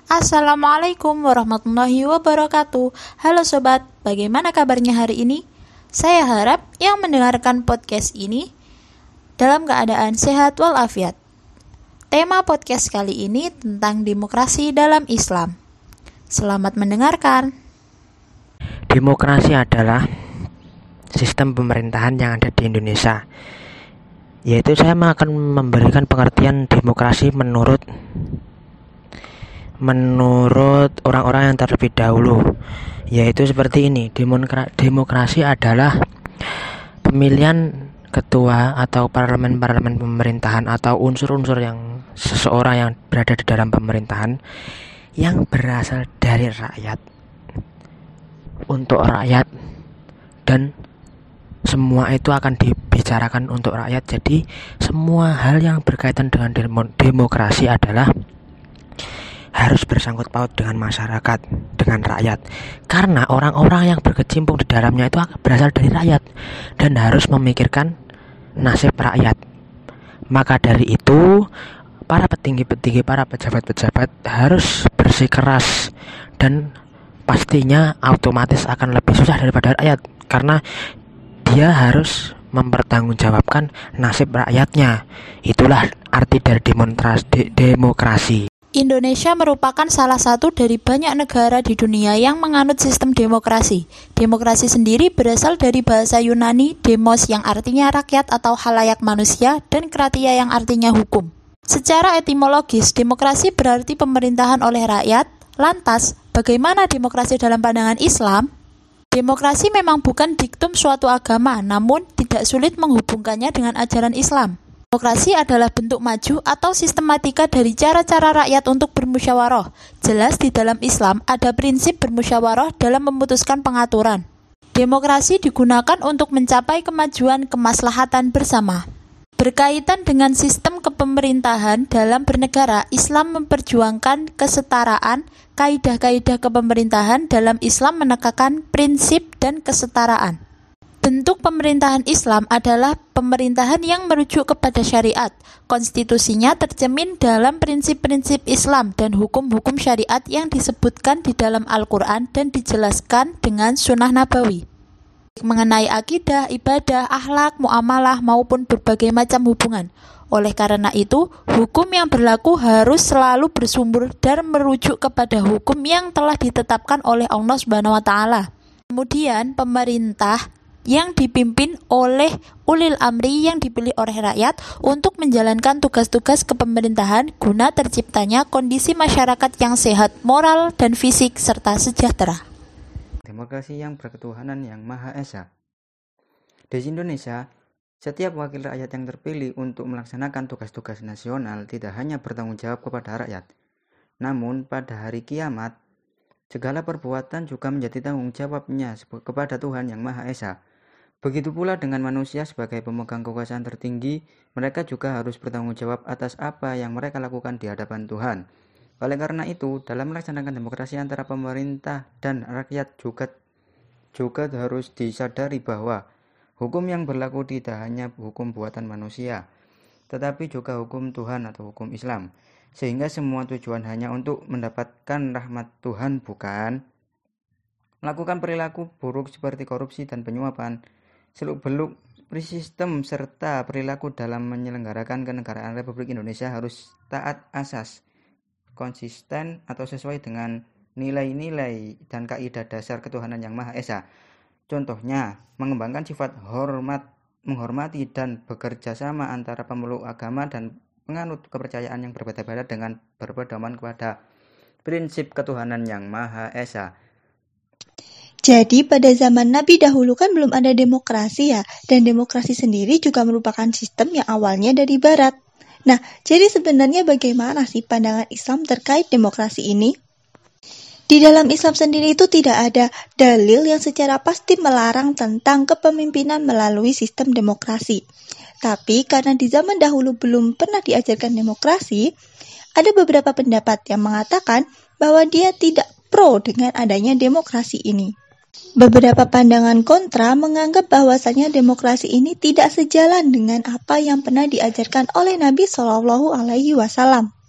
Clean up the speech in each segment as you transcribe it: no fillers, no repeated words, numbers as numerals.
Assalamualaikum warahmatullahi wabarakatuh. Halo sobat, bagaimana kabarnya hari ini? Saya harap yang mendengarkan podcast ini dalam keadaan sehat walafiat. Tema podcast kali ini tentang demokrasi dalam Islam. Selamat mendengarkan. Demokrasi adalah sistem pemerintahan yang ada di Indonesia. Yaitu saya akan memberikan pengertian demokrasi menurut orang-orang yang terlebih dahulu, yaitu seperti ini. Demokrasi adalah pemilihan ketua atau parlemen pemerintahan atau unsur-unsur yang seseorang yang berada di dalam pemerintahan yang berasal dari rakyat, untuk rakyat, dan semua itu akan dibicarakan untuk rakyat. Jadi semua hal yang berkaitan dengan demokrasi adalah harus bersangkut paut dengan masyarakat, dengan rakyat, karena orang-orang yang berkecimpung di dalamnya itu berasal dari rakyat dan harus memikirkan nasib rakyat. Maka dari itu para petinggi-petinggi, para pejabat-pejabat harus bersikeras, dan pastinya otomatis akan lebih susah daripada rakyat, karena dia harus mempertanggungjawabkan nasib rakyatnya. Itulah arti dari demokrasi. Indonesia merupakan salah satu dari banyak negara di dunia yang menganut sistem demokrasi. Demokrasi sendiri berasal dari bahasa Yunani demos yang artinya rakyat atau halayak manusia, dan kratia yang artinya hukum. Secara etimologis, demokrasi berarti pemerintahan oleh rakyat. Lantas, bagaimana demokrasi dalam pandangan Islam? Demokrasi memang bukan diktum suatu agama, namun tidak sulit menghubungkannya dengan ajaran Islam. Demokrasi adalah bentuk maju atau sistematika dari cara-cara rakyat untuk bermusyawarah. Jelas di dalam Islam ada prinsip bermusyawarah dalam memutuskan pengaturan. Demokrasi digunakan untuk mencapai kemajuan kemaslahatan bersama. Berkaitan dengan sistem kepemerintahan dalam bernegara, Islam memperjuangkan kesetaraan. Kaidah-kaidah kepemerintahan dalam Islam menekankan prinsip dan kesetaraan. Bentuk pemerintahan Islam adalah pemerintahan yang merujuk kepada syariat. Konstitusinya tercermin dalam prinsip-prinsip Islam dan hukum-hukum syariat yang disebutkan di dalam Al-Quran dan dijelaskan dengan sunnah nabawi. Mengenai akidah, ibadah, akhlak, muamalah, maupun berbagai macam hubungan. Oleh karena itu, hukum yang berlaku harus selalu bersumber dan merujuk kepada hukum yang telah ditetapkan oleh Allah SWT. Kemudian, pemerintah yang dipimpin oleh ulil amri yang dipilih oleh rakyat untuk menjalankan tugas-tugas kepemerintahan guna terciptanya kondisi masyarakat yang sehat, moral, dan fisik, serta sejahtera. Demokrasi yang berketuhanan yang Maha Esa. Di Indonesia, setiap wakil rakyat yang terpilih untuk melaksanakan tugas-tugas nasional tidak hanya bertanggung jawab kepada rakyat, namun pada hari kiamat, segala perbuatan juga menjadi tanggung jawabnya kepada Tuhan yang Maha Esa. Begitu pula dengan manusia sebagai pemegang kekuasaan tertinggi, mereka juga harus bertanggung jawab atas apa yang mereka lakukan di hadapan Tuhan. Oleh karena itu, dalam melaksanakan demokrasi antara pemerintah dan rakyat juga harus disadari bahwa hukum yang berlaku tidak hanya hukum buatan manusia, tetapi juga hukum Tuhan atau hukum Islam. Sehingga semua tujuan hanya untuk mendapatkan rahmat Tuhan, bukan melakukan perilaku buruk seperti korupsi dan penyuapan, seluk-beluk sistem serta perilaku dalam menyelenggarakan kenegaraan Republik Indonesia harus taat asas, konsisten atau sesuai dengan nilai-nilai dan kaidah dasar ketuhanan yang Maha Esa. Contohnya, mengembangkan sifat menghormati dan bekerja sama antara pemeluk agama dan penganut kepercayaan yang berbeda-beda dengan berpedoman kepada prinsip ketuhanan yang Maha Esa. Jadi pada zaman Nabi dahulu kan belum ada demokrasi ya, dan demokrasi sendiri juga merupakan sistem yang awalnya dari Barat. Nah, jadi sebenarnya bagaimana sih pandangan Islam terkait demokrasi ini? Di dalam Islam sendiri itu tidak ada dalil yang secara pasti melarang tentang kepemimpinan melalui sistem demokrasi. Tapi karena di zaman dahulu belum pernah diajarkan demokrasi, ada beberapa pendapat yang mengatakan bahwa dia tidak pro dengan adanya demokrasi ini. Beberapa pandangan kontra menganggap bahwasanya demokrasi ini tidak sejalan dengan apa yang pernah diajarkan oleh Nabi Shallallahu Alaihi Wasallam.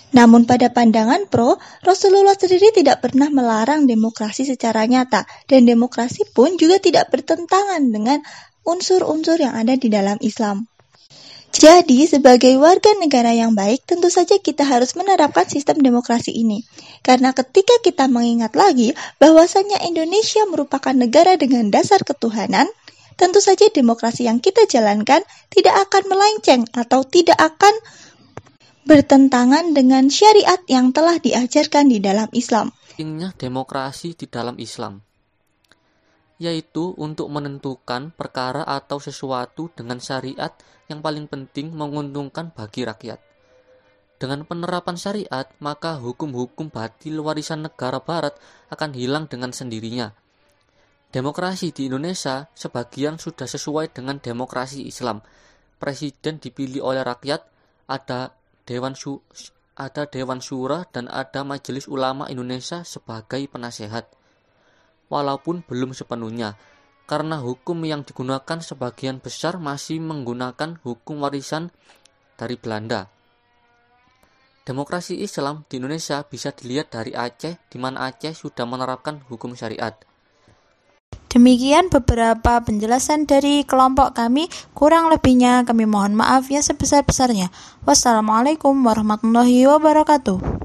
Namun pada pandangan pro, Rasulullah sendiri tidak pernah melarang demokrasi secara nyata, dan demokrasi pun juga tidak bertentangan dengan unsur-unsur yang ada di dalam Islam. Jadi, sebagai warga negara yang baik, tentu saja kita harus menerapkan sistem demokrasi ini. Karena ketika kita mengingat lagi bahwasannya Indonesia merupakan negara dengan dasar ketuhanan, tentu saja demokrasi yang kita jalankan tidak akan melenceng atau tidak akan bertentangan dengan syariat yang telah diajarkan di dalam Islam. Pentingnya demokrasi di dalam Islam, yaitu untuk menentukan perkara atau sesuatu dengan syariat yang paling penting menguntungkan bagi rakyat. Dengan penerapan syariat, maka hukum-hukum batil warisan negara barat akan hilang dengan sendirinya. Demokrasi di Indonesia sebagian sudah sesuai dengan demokrasi Islam. Presiden dipilih oleh rakyat, ada Dewan Syura dan ada Majelis Ulama Indonesia sebagai penasehat. Walaupun belum sepenuhnya, karena hukum yang digunakan sebagian besar masih menggunakan hukum warisan dari Belanda. Demokrasi Islam di Indonesia bisa dilihat dari Aceh, di mana Aceh sudah menerapkan hukum syariat. Demikian beberapa penjelasan dari kelompok kami. Kurang lebihnya kami mohon maaf yang sebesar-besarnya. Wassalamualaikum warahmatullahi wabarakatuh.